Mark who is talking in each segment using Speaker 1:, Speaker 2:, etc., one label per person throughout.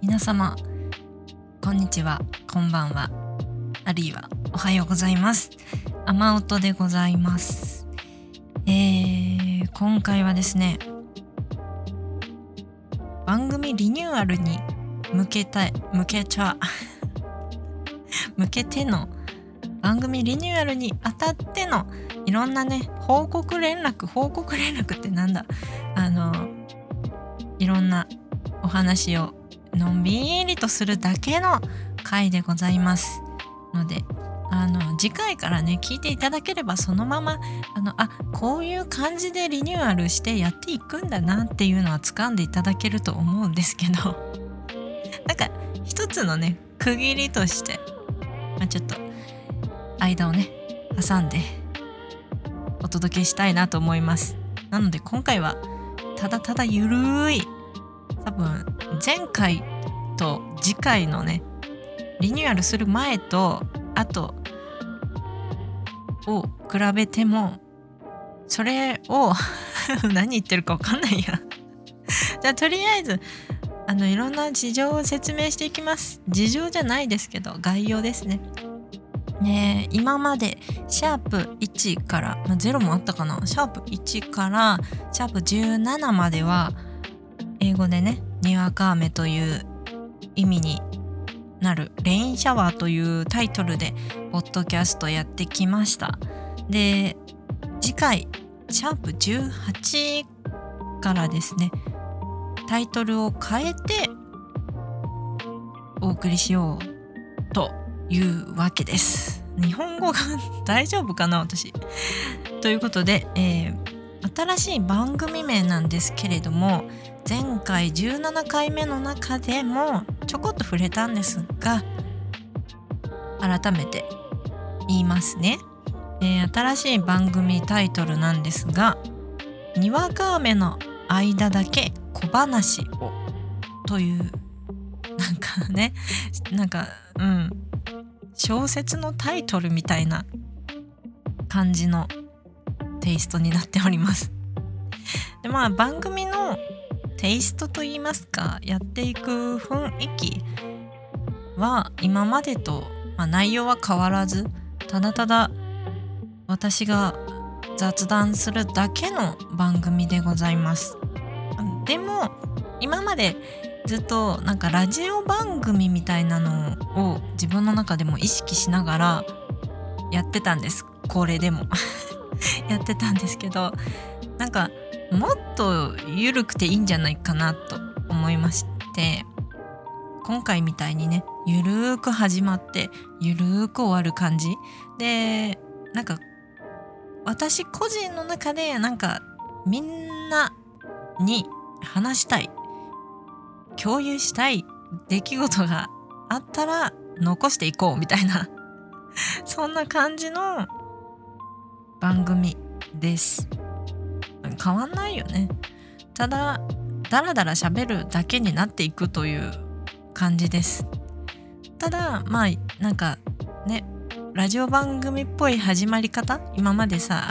Speaker 1: 皆様こんにちは、こんばんは、あるいはおはようございます。雨音でございます。今回はですね、番組リニューアルに向けての番組リニューアルにあたってのいろんなね報告連絡ってなんだ、いろんなお話をのんびりとするだけの回でございますので、次回からね聞いていただければそのままこういう感じでリニューアルしてやっていくんだなっていうのは掴んでいただけると思うんですけどなんか一つのね区切りとして、ちょっと間をね挟んでお届けしたいなと思います。なので今回はただただゆるい、多分前回と次回のねリニューアルする前と後を比べてもそれを何言ってるか分かんないやじゃあとりあえずいろんな事情を説明していきます。事情じゃないですけど概要ですね。今までシャープ1から、0もあったかな、シャープ1からシャープ17までは英語でねにわか雨という意味になるレインシャワーというタイトルでポッドキャストやってきました。で次回シャープ18からですねタイトルを変えてお送りしようというわけです。日本語が大丈夫かな私ということで、新しい番組名なんですけれども、前回17回目の中でもちょこっと触れたんですが改めて言いますね。新しい番組タイトルなんですが、にわか雨の間だけ小話をという小説のタイトルみたいな感じのテイストになっております。で番組のテイストといいますか、やっていく雰囲気は今までと、内容は変わらず、ただただ私が雑談するだけの番組でございます。でも今までずっとラジオ番組みたいなのを自分の中でも意識しながらやってたんです。これでもやってたんですけど、もっと緩くていいんじゃないかなと思いまして、今回みたいにねゆるーく始まってゆるーく終わる感じで、私個人の中でみんなに話したい、共有したい出来事があったら残していこうみたいなそんな感じの番組です。変わんないよね。ただだらだら喋るだけになっていくという感じです。ただラジオ番組っぽい始まり方、今までさ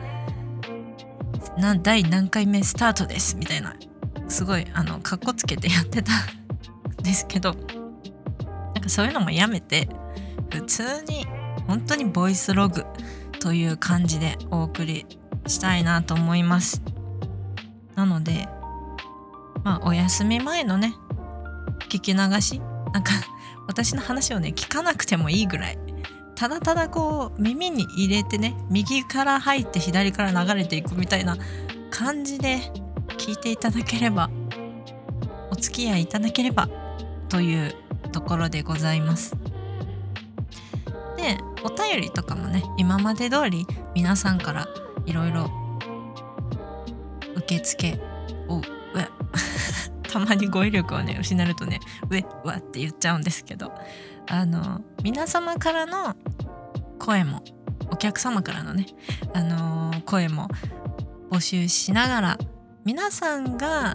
Speaker 1: 第何回目スタートですみたいなすごいかっこつけてやってたんですけど、そういうのもやめて普通に本当にボイスログという感じでお送りしたいなと思います。なのでお休み前のね聞き流し、私の話をね聞かなくてもいいぐらい、ただただ耳に入れてね、右から入って左から流れていくみたいな感じで聞いていただければ、お付き合いいただければというところでございます。でお便りとかもね今まで通り皆さんからいろいろ受付をたまに語彙力をね失うとねうわって言っちゃうんですけど、皆様からの声もお客様からのね、声も募集しながら、皆さんが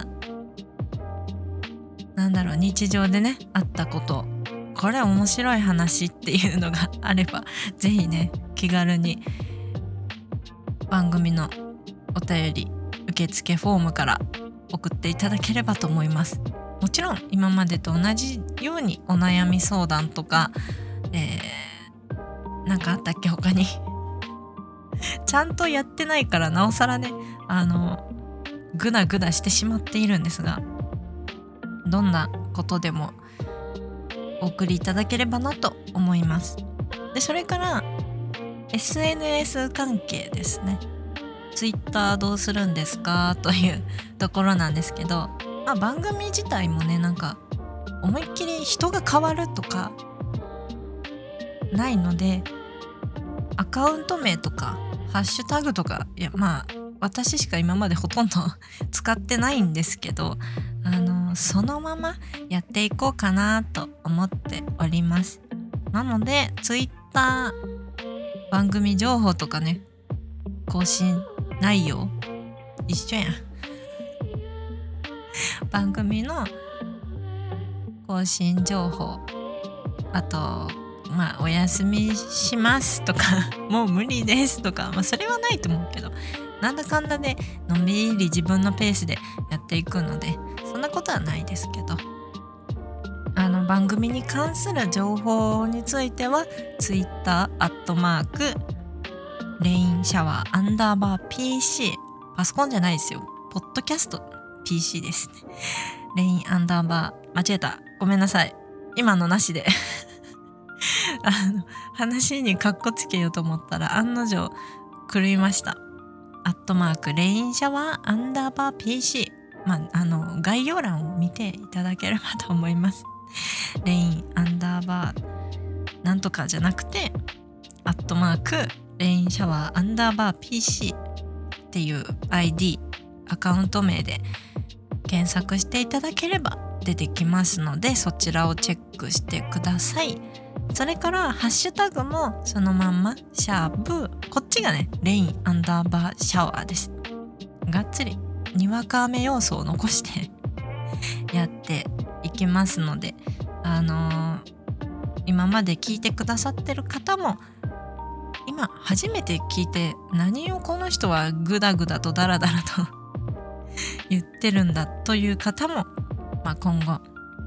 Speaker 1: 日常でねあったこと、これ面白い話っていうのがあればぜひね気軽に番組のお便り受付フォームから送っていただければと思います。ももちろん今までと同じようにお悩み相談とか、なんかあったっけ他にちゃんとやってないからなおさらねグダグダしてしまっているんですが、どんなことでもお送りいただければなと思います。でそれから SNS 関係ですね。Twitter どうするんですかというところなんですけど、番組自体もねなんか思いっきり人が変わるとかないので、アカウント名とかハッシュタグとか私しか今までほとんど使ってないんですけど、そのままやっていこうかなと思っております。なので Twitter 番組情報とかね、更新内容一緒やん番組の更新情報、あとお休みしますとかもう無理ですとか、それはないと思うけど、なんだかんだでのんびり自分のペースでやっていくのでそんなことはないですけど、番組に関する情報については Twitter @ レインシャワー_PC、 パソコンじゃないですよ、ポッドキャスト PC ですね。レイン_間違えた、ごめんなさい、今のなしで話にカッコつけようと思ったら案の定狂いました。レインシャワー_PC、概要欄を見ていただければと思います。レイン_なんとかじゃなくてレインシャワー_PC っていう ID アカウント名で検索していただければ出てきますので、そちらをチェックしてください。それからハッシュタグもそのまんまシャープ、こっちがねレイン_シャワーです。がっつりにわか雨要素を残してやっていきますので、今まで聞いてくださってる方も、今初めて聞いて何をこの人はグダグダとダラダラと言ってるんだという方も、今後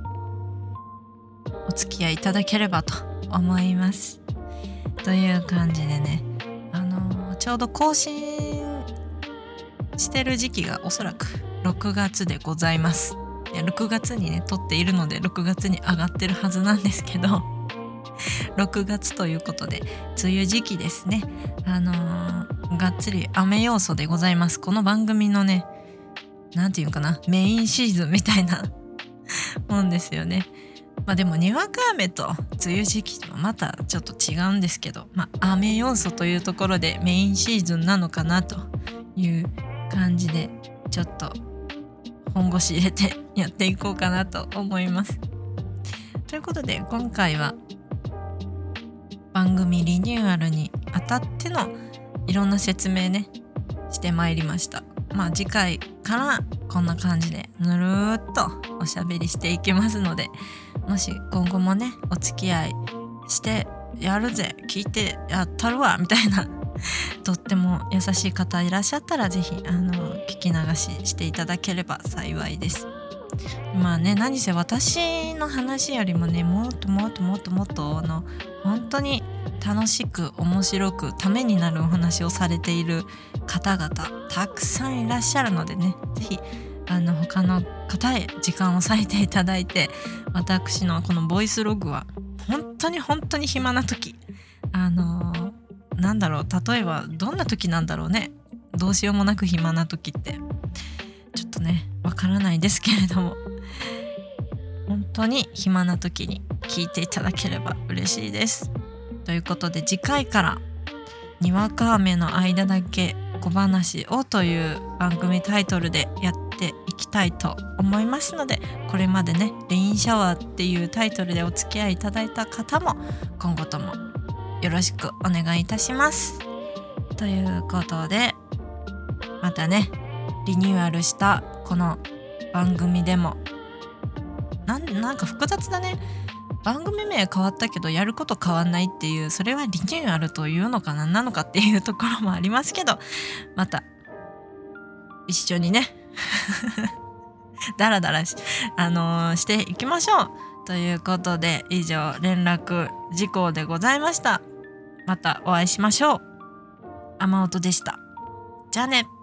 Speaker 1: お付き合いいただければと思います。という感じでね、ちょうど更新してる時期がおそらく6月でございます。6月にね撮っているので6月に上がってるはずなんですけど6月ということで梅雨時期ですね。がっつり雨要素でございます。この番組のね、なんていうかな、メインシーズンみたいなもんですよね。でもにわか雨と梅雨時期はまたちょっと違うんですけど、雨要素というところでメインシーズンなのかなという感じで、ちょっと本腰入れてやっていこうかなと思います。ということで今回は番組リニューアルにあたってのいろんな説明ねしてまいりました。次回からこんな感じでぬるーっとおしゃべりしていきますので、もし今後もねお付き合いしてやるぜ、聞いてやったるわみたいなとっても優しい方いらっしゃったらぜひ聞き流ししていただければ幸いです。何せ私の話よりもねもっと本当に楽しく面白くためになるお話をされている方々たくさんいらっしゃるのでね、ぜひ他の方へ時間を割いていただいて、私のこのボイスログは本当に暇な時、例えばどんな時なんだろうね、どうしようもなく暇な時ってちょっとねわからないですけれども、本当に暇な時に聞いていただければ嬉しいです。ということで次回からにわか雨の間だけ小話をという番組タイトルでやっていきたいと思いますので、これまでねレインシャワーっていうタイトルでお付き合いいただいた方も今後ともよろしくお願いいたします。ということでまたねリニューアルしたこの番組でもなんか複雑だね。番組名変わったけどやること変わんないっていう、それはリニューアルというのか何なのかっていうところもありますけど、また一緒にねだらだらしていきましょうということで、以上連絡事項でございました。またお会いしましょう。雨音でした。じゃあね。